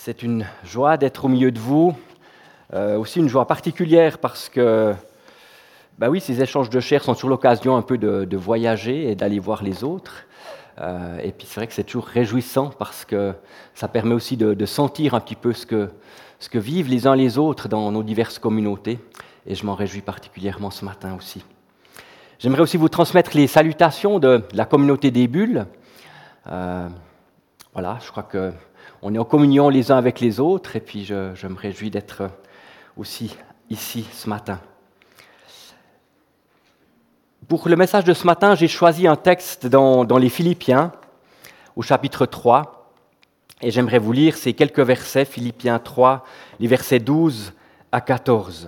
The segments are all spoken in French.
C'est une joie d'être au milieu de vous, aussi une joie particulière parce que, ces échanges de chair sont toujours l'occasion un peu de voyager et d'aller voir les autres. Et puis c'est vrai que c'est toujours réjouissant parce que ça permet aussi de sentir un petit peu ce que vivent les uns les autres dans nos diverses communautés. Et je m'en réjouis particulièrement ce matin aussi. J'aimerais aussi vous transmettre les salutations de la communauté des Bulles. Je crois qu'on est en communion les uns avec les autres et puis je me réjouis d'être aussi ici ce matin. Pour le message de ce matin, j'ai choisi un texte dans les Philippiens, au chapitre 3, et j'aimerais vous lire ces quelques versets, Philippiens 3, les versets 12 à 14.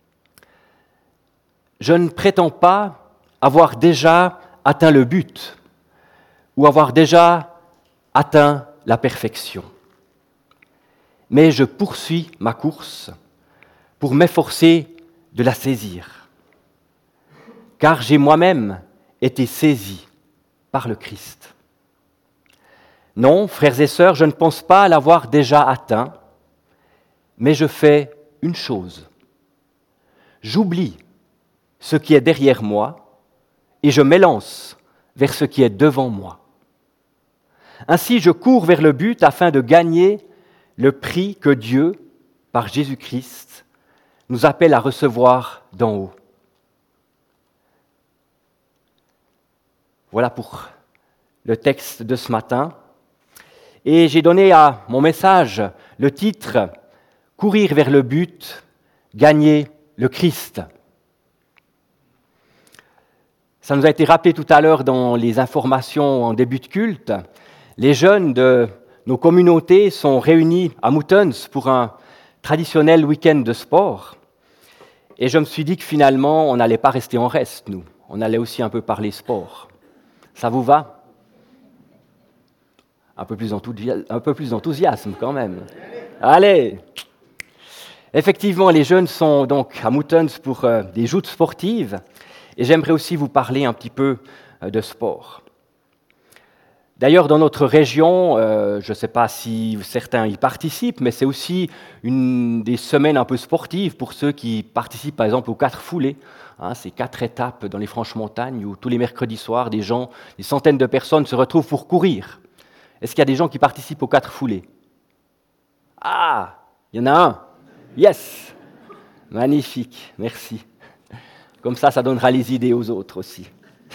Je ne prétends pas avoir déjà atteint le but ou avoir déjà atteint la perfection. Mais je poursuis ma course pour m'efforcer de la saisir. Car j'ai moi-même été saisi par le Christ. Non, frères et sœurs, je ne pense pas l'avoir déjà atteint, mais je fais une chose. J'oublie ce qui est derrière moi et je m'élance vers ce qui est devant moi. Ainsi, je cours vers le but afin de gagner le prix que Dieu, par Jésus-Christ, nous appelle à recevoir d'en haut. Voilà pour le texte de ce matin. Et j'ai donné à mon message le titre « Courir vers le but, gagner le Christ ». Ça nous a été rappelé tout à l'heure dans les informations en début de culte. Les jeunes de nos communautés sont réunis à Moutons pour un traditionnel week-end de sport. Et je me suis dit que finalement, on n'allait pas rester en reste, nous. On allait aussi un peu parler sport. Ça vous va ? Un peu plus d'enthousiasme quand même. Allez ! Effectivement, les jeunes sont donc à Moutons pour des joutes sportives. Et j'aimerais aussi vous parler un petit peu de sport. D'ailleurs, dans notre région, je ne sais pas si certains y participent, mais c'est aussi une des semaines un peu sportives pour ceux qui participent par exemple aux 4 foulées. Ces 4 étapes dans les Franches-Montagnes où tous les mercredis soirs, des centaines de personnes se retrouvent pour courir. Est-ce qu'il y a des gens qui participent aux 4 foulées ? Ah, il y en a un. Yes ! Magnifique, merci. Comme ça donnera les idées aux autres aussi.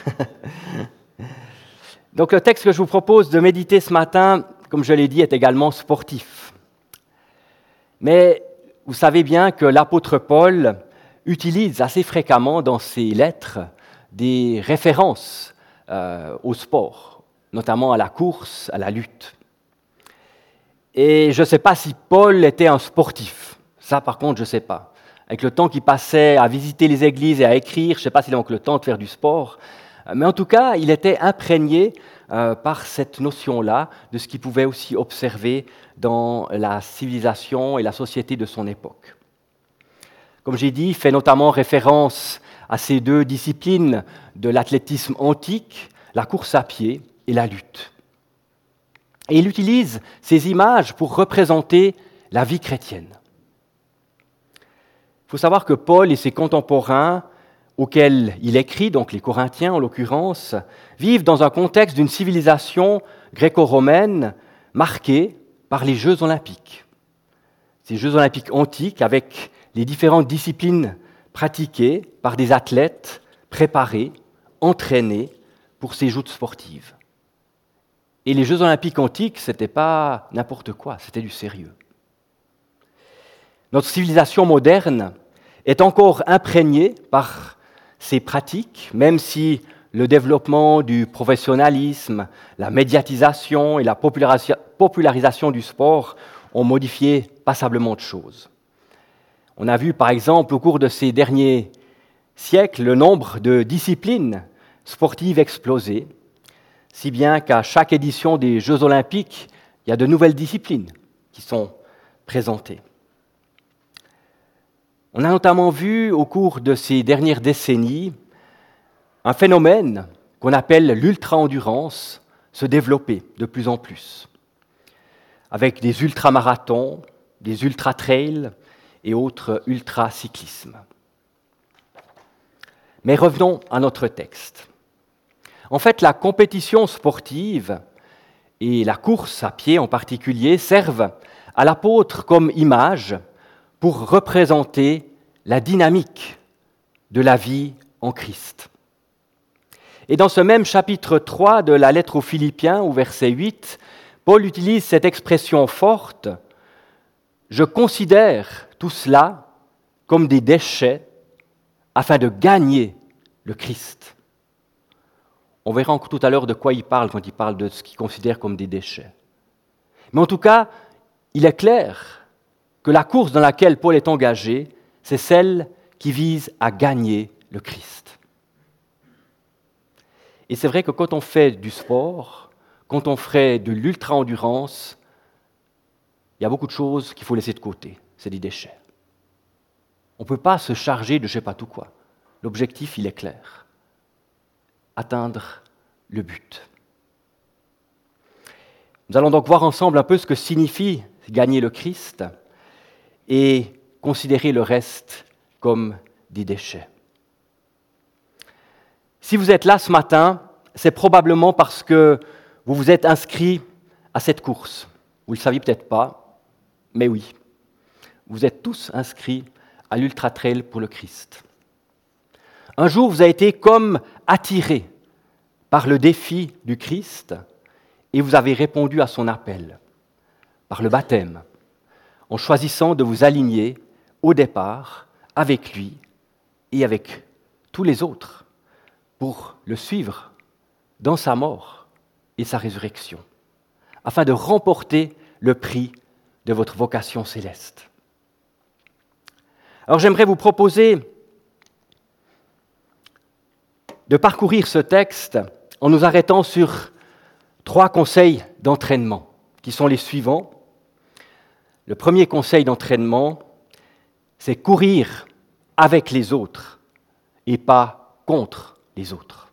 Donc le texte que je vous propose de méditer ce matin, comme je l'ai dit, est également sportif. Mais vous savez bien que l'apôtre Paul utilise assez fréquemment dans ses lettres des références au sport, notamment à la course, à la lutte. Et je ne sais pas si Paul était un sportif. Ça, par contre, je ne sais pas. Avec le temps qu'il passait à visiter les églises et à écrire, je ne sais pas s'il a donc le temps de faire du sport. Mais en tout cas, il était imprégné par cette notion-là de ce qu'il pouvait aussi observer dans la civilisation et la société de son époque. Comme j'ai dit, il fait notamment référence à ces 2 disciplines de l'athlétisme antique, la course à pied et la lutte. Et il utilise ces images pour représenter la vie chrétienne. Il faut savoir que Paul et ses contemporains, auxquels il écrit, donc les Corinthiens en l'occurrence, vivent dans un contexte d'une civilisation gréco-romaine marquée par les Jeux olympiques. Ces Jeux olympiques antiques avec les différentes disciplines pratiquées par des athlètes préparés, entraînés pour ces joutes sportives. Et les Jeux olympiques antiques, ce n'était pas n'importe quoi, c'était du sérieux. Notre civilisation moderne est encore imprégnée par ces pratiques, même si le développement du professionnalisme, la médiatisation et la popularisation du sport ont modifié passablement de choses. On a vu par exemple au cours de ces derniers siècles le nombre de disciplines sportives exploser, si bien qu'à chaque édition des Jeux olympiques, il y a de nouvelles disciplines qui sont présentées. On a notamment vu au cours de ces dernières décennies un phénomène qu'on appelle l'ultra-endurance se développer de plus en plus. avec des ultramarathons, des ultra-trails et autres ultra-cyclismes. Mais revenons à notre texte. En fait, la compétition sportive et la course à pied en particulier servent à l'apôtre comme image pour représenter la dynamique de la vie en Christ. Et dans ce même chapitre 3 de la lettre aux Philippiens, au verset 8, Paul utilise cette expression forte « Je considère tout cela comme des déchets afin de gagner le Christ ». On verra tout à l'heure de quoi il parle quand il parle de ce qu'il considère comme des déchets. Mais en tout cas, il est clair que la course dans laquelle Paul est engagé, c'est celle qui vise à gagner le Christ. Et c'est vrai que quand on fait du sport, quand on fait de l'ultra-endurance, il y a beaucoup de choses qu'il faut laisser de côté. C'est des déchets. On ne peut pas se charger de je ne sais pas tout quoi. L'objectif, il est clair. Atteindre le but. Nous allons donc voir ensemble un peu ce que signifie gagner le Christ et considérer le reste comme des déchets. Si vous êtes là ce matin, c'est probablement parce que vous vous êtes inscrit à cette course. Vous ne le saviez peut-être pas, mais oui. Vous êtes tous inscrits à l'Ultra Trail pour le Christ. Un jour, vous avez été comme attirés par le défi du Christ et vous avez répondu à son appel par le baptême, en choisissant de vous aligner au départ avec lui et avec tous les autres pour le suivre dans sa mort et sa résurrection, afin de remporter le prix de votre vocation céleste. Alors j'aimerais vous proposer de parcourir ce texte en nous arrêtant sur 3 conseils d'entraînement, qui sont les suivants. Le premier conseil d'entraînement, c'est courir avec les autres et pas contre les autres.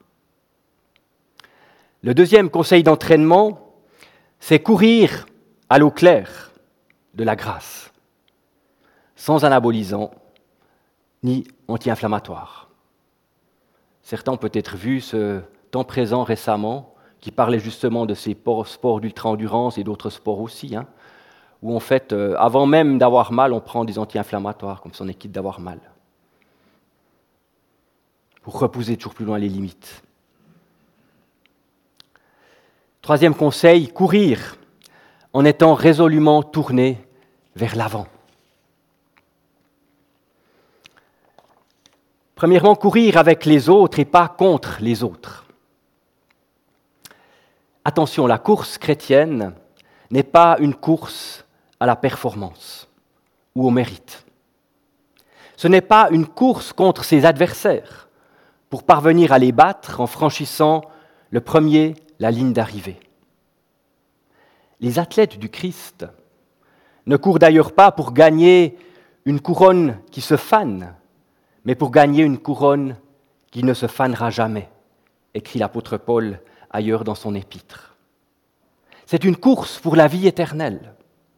Le deuxième conseil d'entraînement, c'est courir à l'eau claire de la grâce, sans anabolisant ni anti-inflammatoire. Certains ont peut-être vu ce temps présent récemment qui parlait justement de ces sports d'ultra-endurance et d'autres sports aussi, où en fait, avant même d'avoir mal, on prend des anti-inflammatoires, comme ça on est quitte d'avoir mal, pour repousser toujours plus loin les limites. Troisième conseil, courir en étant résolument tourné vers l'avant. Premièrement, courir avec les autres et pas contre les autres. Attention, la course chrétienne n'est pas une course à la performance ou au mérite. Ce n'est pas une course contre ses adversaires pour parvenir à les battre en franchissant le premier la ligne d'arrivée. Les athlètes du Christ ne courent d'ailleurs pas pour gagner une couronne qui se fane, mais pour gagner une couronne qui ne se fanera jamais, écrit l'apôtre Paul ailleurs dans son épître. C'est une course pour la vie éternelle.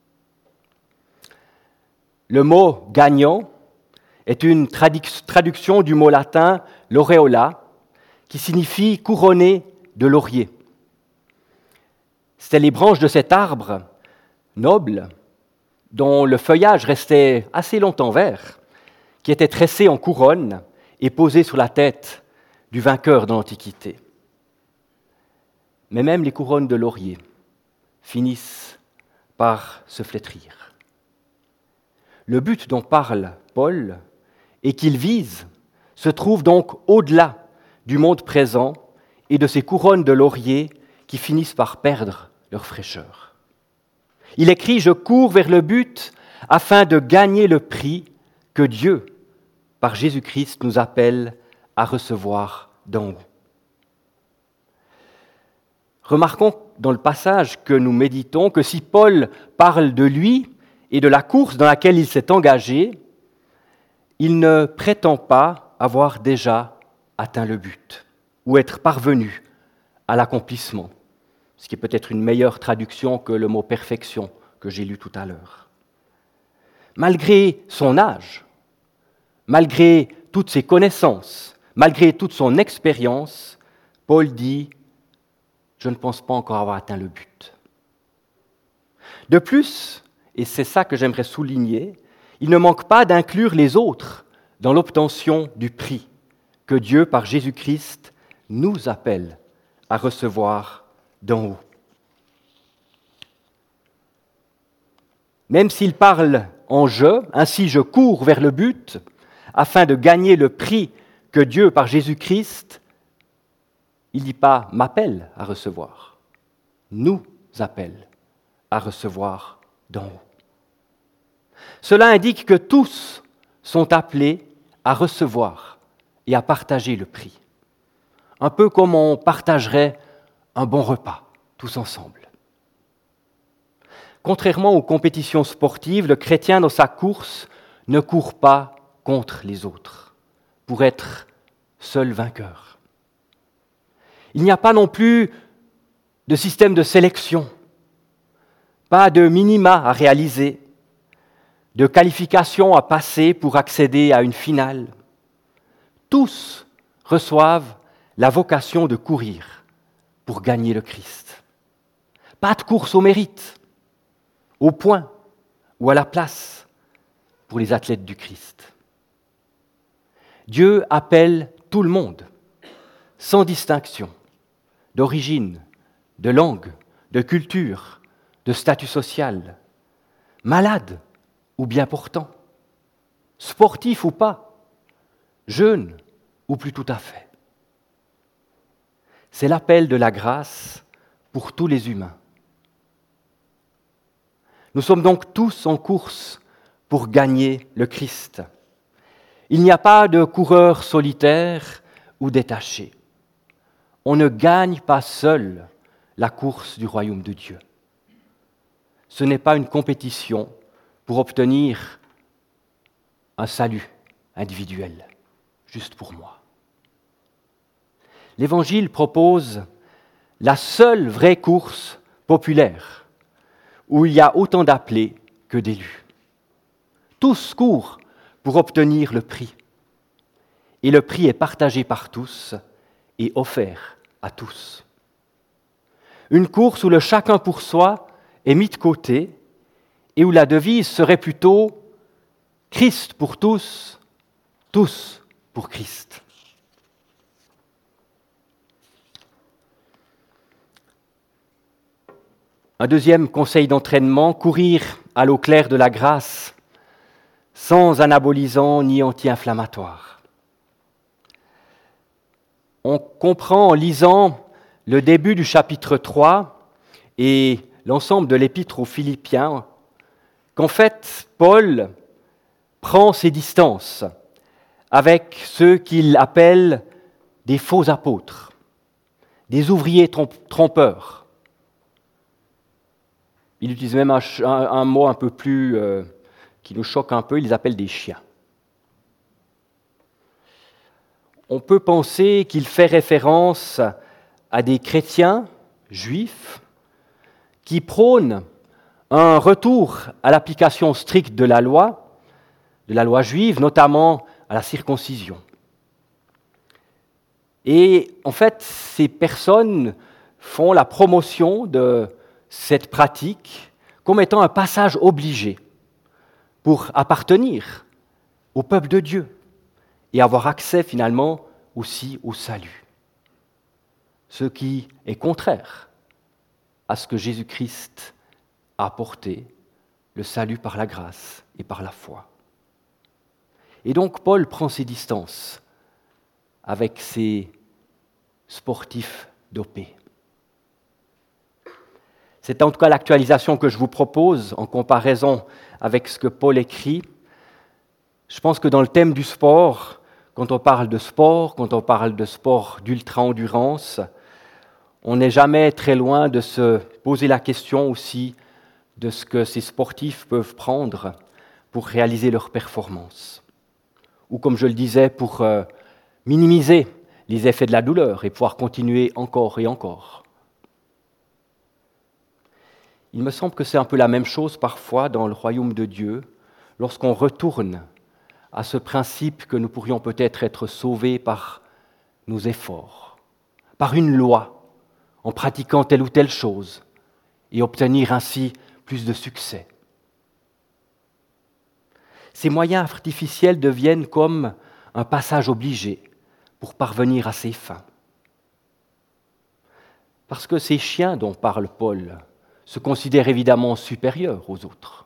Le mot « gagnant » est une traduction du mot latin « laureola » qui signifie « couronné de laurier ». C'était les branches de cet arbre noble, dont le feuillage restait assez longtemps vert, qui étaient tressées en couronne et posées sur la tête du vainqueur de l'Antiquité. Mais même les couronnes de laurier finissent par se flétrir. Le but dont parle Paul et qu'il vise se trouve donc au-delà du monde présent et de ces couronnes de laurier qui finissent par perdre leur fraîcheur. Il écrit « Je cours vers le but afin de gagner le prix que Dieu, par Jésus-Christ, nous appelle à recevoir d'en haut. » Remarquons dans le passage que nous méditons que si Paul parle de lui et de la course dans laquelle il s'est engagé, il ne prétend pas avoir déjà atteint le but ou être parvenu à l'accomplissement, ce qui est peut-être une meilleure traduction que le mot « perfection » que j'ai lu tout à l'heure. Malgré son âge, malgré toutes ses connaissances, malgré toute son expérience, Paul dit « Je ne pense pas encore avoir atteint le but ». De plus, et c'est ça que j'aimerais souligner, il ne manque pas d'inclure les autres dans l'obtention du prix que Dieu, par Jésus-Christ, nous appelle à recevoir d'en haut. Même s'il parle en « je », ainsi je cours vers le but, afin de gagner le prix que Dieu, par Jésus-Christ, il ne dit pas « m'appelle à recevoir », nous appelle à recevoir d'en haut. Cela indique que tous sont appelés à recevoir et à partager le prix. Un peu comme on partagerait un bon repas, tous ensemble. Contrairement aux compétitions sportives, le chrétien dans sa course ne court pas contre les autres pour être seul vainqueur. Il n'y a pas non plus de système de sélection, pas de minima à réaliser, de qualification à passer pour accéder à une finale. Tous reçoivent la vocation de courir pour gagner le Christ. Pas de course au mérite, au point ou à la place pour les athlètes du Christ. Dieu appelle tout le monde, sans distinction, d'origine, de langue, de culture, de statut social, malade ou bien portant, sportif ou pas, jeune ou plus tout à fait. C'est l'appel de la grâce pour tous les humains. Nous sommes donc tous en course pour gagner le Christ. Il n'y a pas de coureur solitaire ou détaché. On ne gagne pas seul la course du royaume de Dieu. Ce n'est pas une compétition pour obtenir un salut individuel, juste pour moi. L'Évangile propose la seule vraie course populaire, où il y a autant d'appelés que d'élus. Tous courent pour obtenir le prix. Et le prix est partagé par tous et offert à tous. Une course où le chacun pour soi est mis de côté et où la devise serait plutôt « Christ pour tous, tous pour Christ ». Un deuxième conseil d'entraînement, courir à l'eau claire de la grâce, sans anabolisant ni anti-inflammatoire. On comprend en lisant le début du chapitre 3 et l'ensemble de l'épître aux Philippiens qu'en fait, Paul prend ses distances avec ceux qu'il appelle des faux apôtres, des ouvriers trompeurs. Il utilise même un mot un peu plus qui nous choque un peu, il les appelle des chiens. On peut penser qu'il fait référence à des chrétiens juifs qui prônent un retour à l'application stricte de la loi juive, notamment à la circoncision. Et en fait, ces personnes font la promotion de cette pratique comme étant un passage obligé pour appartenir au peuple de Dieu et avoir accès finalement aussi au salut. Ce qui est contraire à ce que Jésus-Christ a apporté, le salut par la grâce et par la foi. Et donc Paul prend ses distances avec ces sportifs dopés. C'est en tout cas l'actualisation que je vous propose en comparaison avec ce que Paul écrit. Je pense que dans le thème du sport, quand on parle de sport d'ultra-endurance, on n'est jamais très loin de se poser la question aussi de ce que ces sportifs peuvent prendre pour réaliser leur performance. Ou comme je le disais, pour minimiser les effets de la douleur et pouvoir continuer encore et encore. il me semble que c'est un peu la même chose parfois dans le royaume de Dieu, lorsqu'on retourne à ce principe que nous pourrions peut-être être sauvés par nos efforts, par une loi, en pratiquant telle ou telle chose, et obtenir ainsi plus de succès. Ces moyens artificiels deviennent comme un passage obligé pour parvenir à ses fins. Parce que ces chiens dont parle Paul se considèrent évidemment supérieurs aux autres.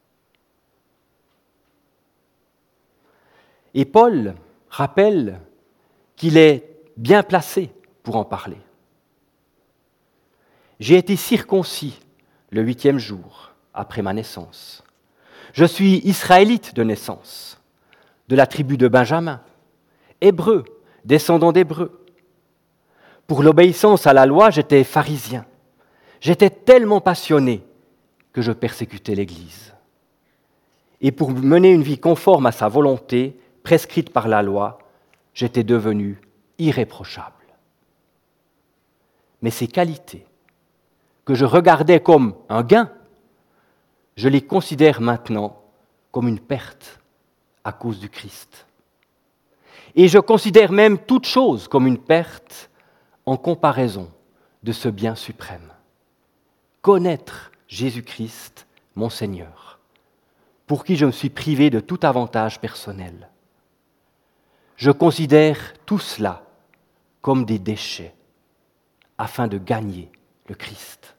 Et Paul rappelle qu'il est bien placé pour en parler. J'ai été circoncis le 8e jour après ma naissance. Je suis israélite de naissance, de la tribu de Benjamin, hébreu, descendant d'Hébreux. Pour l'obéissance à la loi, j'étais pharisien. J'étais tellement passionné que je persécutais l'Église. Et pour mener une vie conforme à sa volonté, prescrite par la loi, j'étais devenu irréprochable. Mais ces qualités, que je regardais comme un gain, je les considère maintenant comme une perte à cause du Christ. Et je considère même toute chose comme une perte en comparaison de ce bien suprême. Connaître Jésus-Christ, mon Seigneur, pour qui je me suis privé de tout avantage personnel. Je considère tout cela comme des déchets afin de gagner le Christ.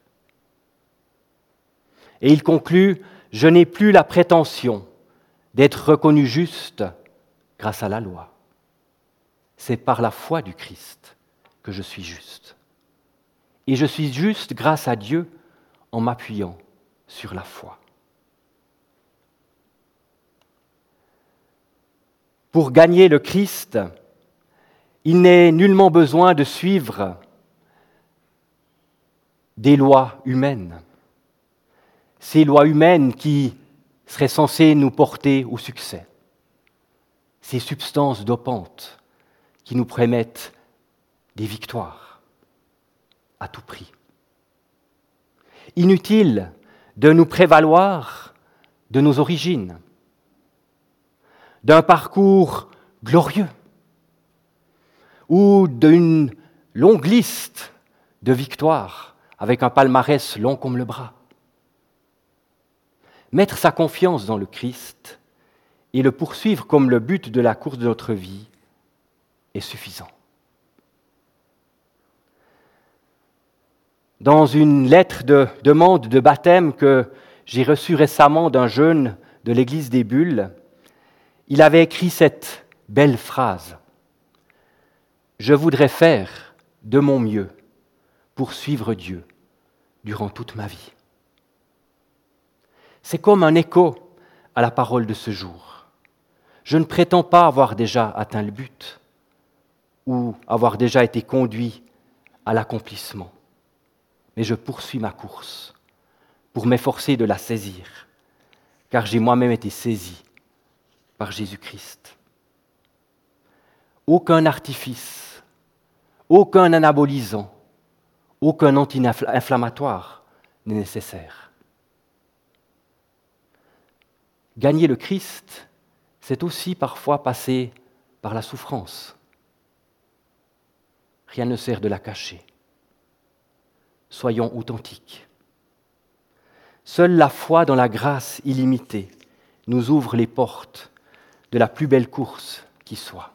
Et il conclut, « Je n'ai plus la prétention d'être reconnu juste grâce à la loi. C'est par la foi du Christ que je suis juste. Et je suis juste grâce à Dieu en m'appuyant sur la foi. » Pour gagner le Christ, il n'est nullement besoin de suivre des lois humaines. Ces lois humaines qui seraient censées nous porter au succès. Ces substances dopantes qui nous promettent des victoires à tout prix. Inutile de nous prévaloir de nos origines, d'un parcours glorieux ou d'une longue liste de victoires avec un palmarès long comme le bras. Mettre sa confiance dans le Christ et le poursuivre comme le but de la course de notre vie est suffisant. Dans une lettre de demande de baptême que j'ai reçue récemment d'un jeune de l'église des Bulles, il avait écrit cette belle phrase : « Je voudrais faire de mon mieux pour suivre Dieu durant toute ma vie. » C'est comme un écho à la parole de ce jour. Je ne prétends pas avoir déjà atteint le but ou avoir déjà été conduit à l'accomplissement, mais je poursuis ma course pour m'efforcer de la saisir, car j'ai moi-même été saisi par Jésus-Christ. Aucun artifice, aucun anabolisant, aucun anti-inflammatoire n'est nécessaire. Gagner le Christ, c'est aussi parfois passer par la souffrance. Rien ne sert de la cacher. Soyons authentiques. Seule la foi dans la grâce illimitée nous ouvre les portes de la plus belle course qui soit.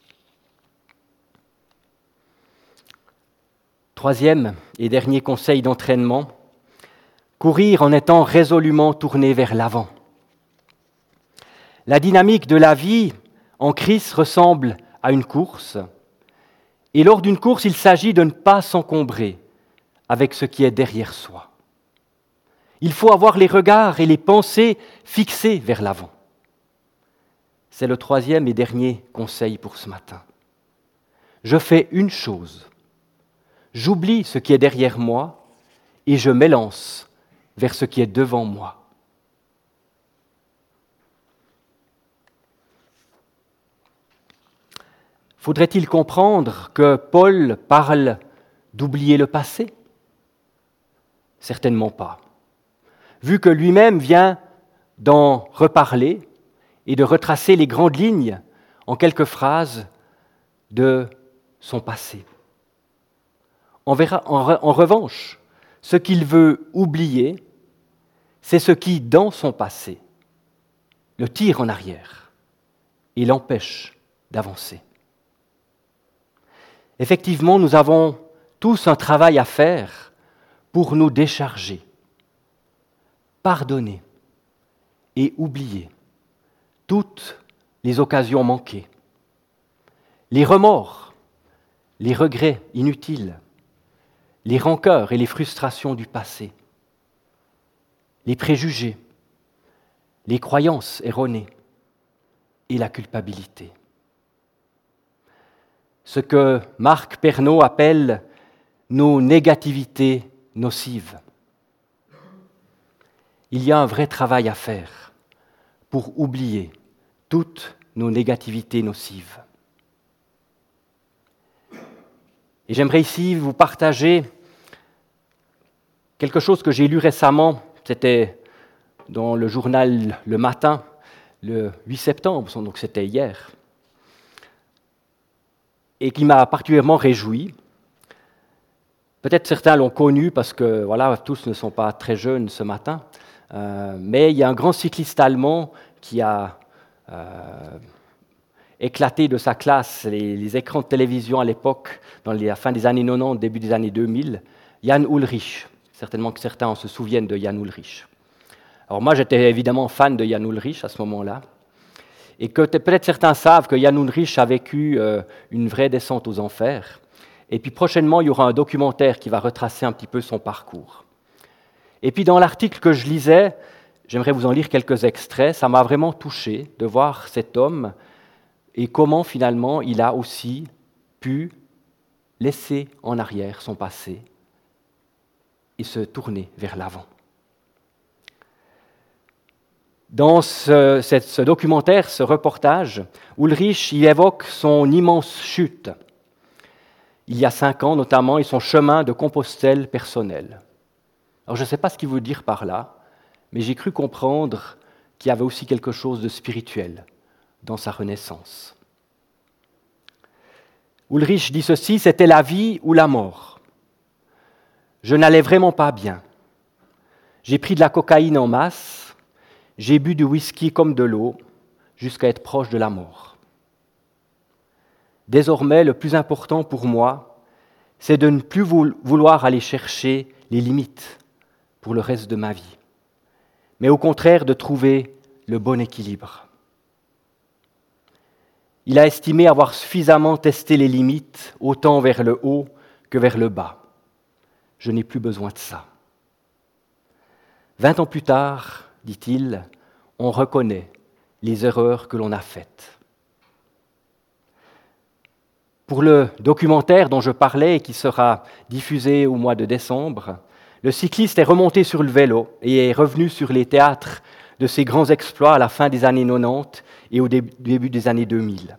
Troisième et dernier conseil d'entraînement, courir en étant résolument tourné vers l'avant. La dynamique de la vie en Christ ressemble à une course, et lors d'une course, il s'agit de ne pas s'encombrer avec ce qui est derrière soi. Il faut avoir les regards et les pensées fixés vers l'avant. C'est le troisième et dernier conseil pour ce matin. Je fais une chose, j'oublie ce qui est derrière moi et je m'élance vers ce qui est devant moi. Faudrait-il comprendre que Paul parle d'oublier le passé ? Certainement pas. vu que lui-même vient d'en reparler et de retracer les grandes lignes en quelques phrases de son passé. En revanche, ce qu'il veut oublier, c'est ce qui, dans son passé, le tire en arrière et l'empêche d'avancer. Effectivement, nous avons tous un travail à faire pour nous décharger, pardonner et oublier toutes les occasions manquées, les remords, les regrets inutiles, les rancœurs et les frustrations du passé, les préjugés, les croyances erronées et la culpabilité. Ce que Marc Pernaut appelle nos négativités nocives. Il y a un vrai travail à faire pour oublier toutes nos négativités nocives. Et j'aimerais ici vous partager quelque chose que j'ai lu récemment, c'était dans le journal Le Matin, le 8 septembre, donc c'était hier, et qui m'a particulièrement réjoui. Peut-être certains l'ont connu parce que voilà, tous ne sont pas très jeunes ce matin, mais il y a un grand cycliste allemand qui a éclaté de sa classe les écrans de télévision à l'époque, dans la fin des années 90, début des années 2000, Jan Ullrich. Certainement que certains se souviennent de Jan Ullrich. Alors moi, j'étais évidemment fan de Jan Ullrich à ce moment-là, et que peut-être certains savent que Jan Ullrich a vécu une vraie descente aux enfers, et puis prochainement, il y aura un documentaire qui va retracer un petit peu son parcours. Et puis dans l'article que je lisais, j'aimerais vous en lire quelques extraits, ça m'a vraiment touché de voir cet homme et comment finalement il a aussi pu laisser en arrière son passé et se tourner vers l'avant. Dans ce documentaire, ce reportage, Ullrich y évoque son immense chute, il y a 5 ans notamment, et son chemin de Compostelle personnel. Alors je ne sais pas ce qu'il veut dire par là, mais j'ai cru comprendre qu'il y avait aussi quelque chose de spirituel dans sa renaissance. Ullrich dit ceci, c'était la vie ou la mort. Je n'allais vraiment pas bien. J'ai pris de la cocaïne en masse, j'ai bu du whisky comme de l'eau, jusqu'à être proche de la mort. Désormais, le plus important pour moi, c'est de ne plus vouloir aller chercher les limites pour le reste de ma vie, mais au contraire de trouver le bon équilibre. Il a estimé avoir suffisamment testé les limites, autant vers le haut que vers le bas. Je n'ai plus besoin de ça. 20 ans plus tard, dit-il, on reconnaît les erreurs que l'on a faites. Pour le documentaire dont je parlais et qui sera diffusé au mois de décembre, le cycliste est remonté sur le vélo et est revenu sur les théâtres de ses grands exploits à la fin des années 90 et au début des années 2000.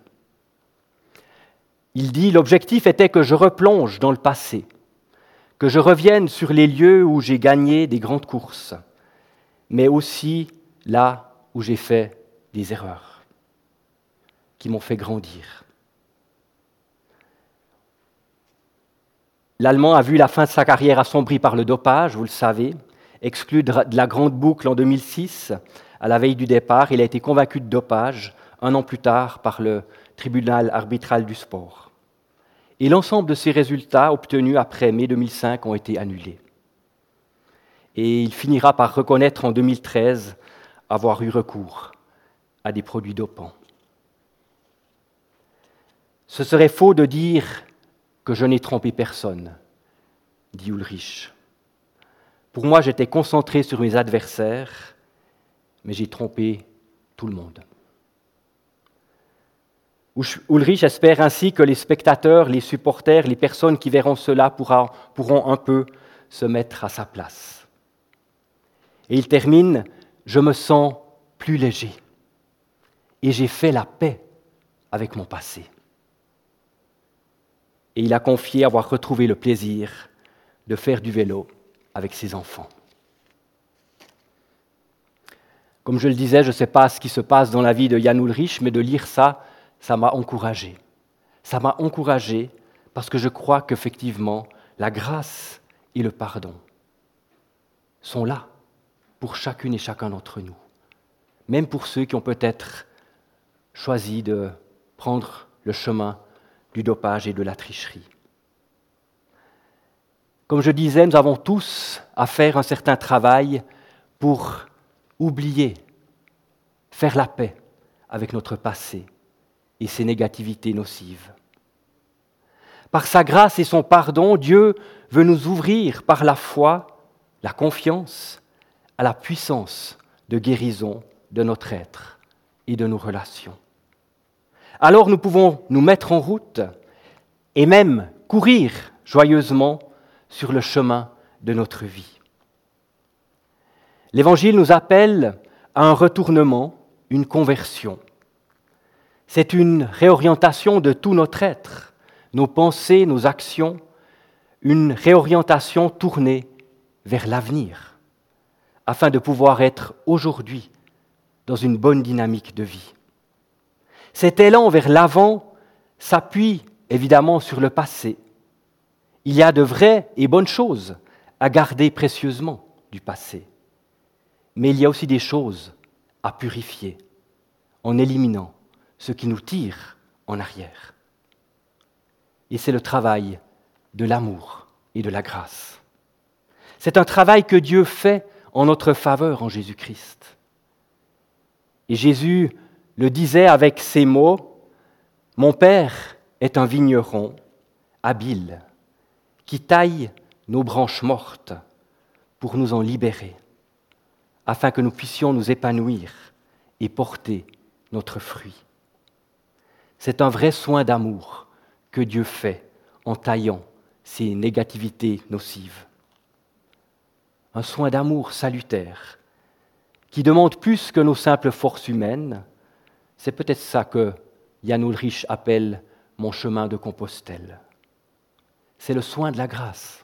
Il dit « L'objectif était que je replonge dans le passé, que je revienne sur les lieux où j'ai gagné des grandes courses, mais aussi là où j'ai fait des erreurs qui m'ont fait grandir. » L'Allemand a vu la fin de sa carrière assombrie par le dopage, vous le savez. Exclu de la grande boucle en 2006, à la veille du départ, il a été convaincu de dopage 1 an plus tard par le tribunal arbitral du sport. Et l'ensemble de ces résultats obtenus après mai 2005 ont été annulés. Et il finira par reconnaître en 2013 avoir eu recours à des produits dopants. Ce serait faux de dire que je n'ai trompé personne, dit Ullrich. Pour moi, j'étais concentré sur mes adversaires, mais j'ai trompé tout le monde. Ullrich espère ainsi que les spectateurs, les supporters, les personnes qui verront cela pourront un peu se mettre à sa place. Et il termine « Je me sens plus léger et j'ai fait la paix avec mon passé. » Et il a confié avoir retrouvé le plaisir de faire du vélo avec ses enfants. Comme je le disais, je ne sais pas ce qui se passe dans la vie de Jan Ullrich, mais de lire ça, ça m'a encouragé. Ça m'a encouragé parce que je crois qu'effectivement, la grâce et le pardon sont là pour chacune et chacun d'entre nous. Même pour ceux qui ont peut-être choisi de prendre le chemin du dopage et de la tricherie. Comme je disais, nous avons tous à faire un certain travail pour oublier, faire la paix avec notre passé et ses négativités nocives. Par sa grâce et son pardon, Dieu veut nous ouvrir par la foi, la confiance, à la puissance de guérison de notre être et de nos relations. Alors nous pouvons nous mettre en route et même courir joyeusement sur le chemin de notre vie. L'Évangile nous appelle à un retournement, une conversion. C'est une réorientation de tout notre être, nos pensées, nos actions, une réorientation tournée vers l'avenir, afin de pouvoir être aujourd'hui dans une bonne dynamique de vie. Cet élan vers l'avant s'appuie évidemment sur le passé. Il y a de vraies et bonnes choses à garder précieusement du passé. Mais il y a aussi des choses à purifier en éliminant ce qui nous tire en arrière. Et c'est le travail de l'amour et de la grâce. C'est un travail que Dieu fait en notre faveur en Jésus-Christ. Et Jésus le disait avec ces mots, « Mon Père est un vigneron habile qui taille nos branches mortes pour nous en libérer, afin que nous puissions nous épanouir et porter notre fruit. » C'est un vrai soin d'amour que Dieu fait en taillant ces négativités nocives. Un soin d'amour salutaire qui demande plus que nos simples forces humaines. C'est peut-être ça que Jan Ullrich appelle « mon chemin de Compostelle ». C'est le soin de la grâce.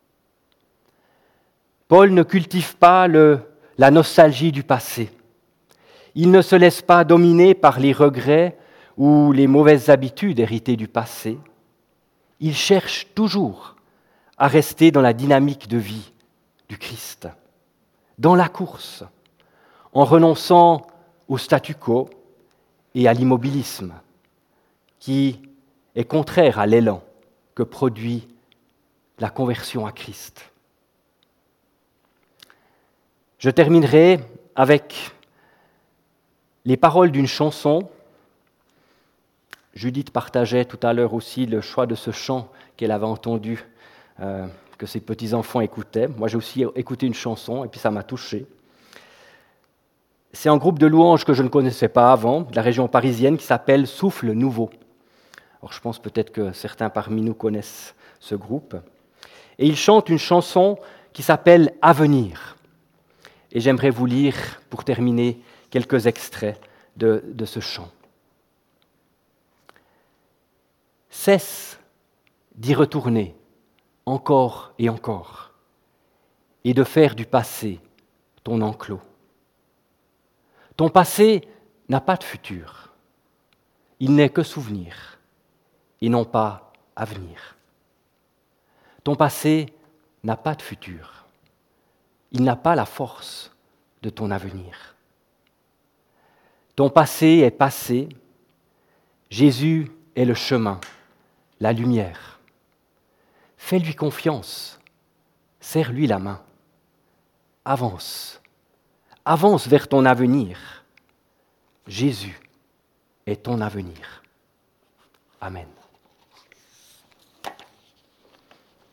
Paul ne cultive pas la nostalgie du passé. Il ne se laisse pas dominer par les regrets ou les mauvaises habitudes héritées du passé. Il cherche toujours à rester dans la dynamique de vie du Christ, dans la course, en renonçant au statu quo et à l'immobilisme, qui est contraire à l'élan que produit la conversion à Christ. Je terminerai avec les paroles d'une chanson. Judith partageait tout à l'heure aussi le choix de ce chant qu'elle avait entendu, que ses petits-enfants écoutaient. Moi, j'ai aussi écouté une chanson et puis ça m'a touché. C'est un groupe de louanges que je ne connaissais pas avant, de la région parisienne, qui s'appelle Souffle Nouveau. Alors, je pense peut-être que certains parmi nous connaissent ce groupe. Et ils chantent une chanson qui s'appelle « Avenir ». Et j'aimerais vous lire, pour terminer, quelques extraits de ce chant. Cesse d'y retourner encore et encore, et de faire du passé ton enclos. Ton passé n'a pas de futur, il n'est que souvenir, et non pas avenir. Ton passé n'a pas de futur, il n'a pas la force de ton avenir. Ton passé est passé, Jésus est le chemin, la lumière. Fais-lui confiance, serre-lui la main. Avance, avance vers ton avenir. Jésus est ton avenir. Amen.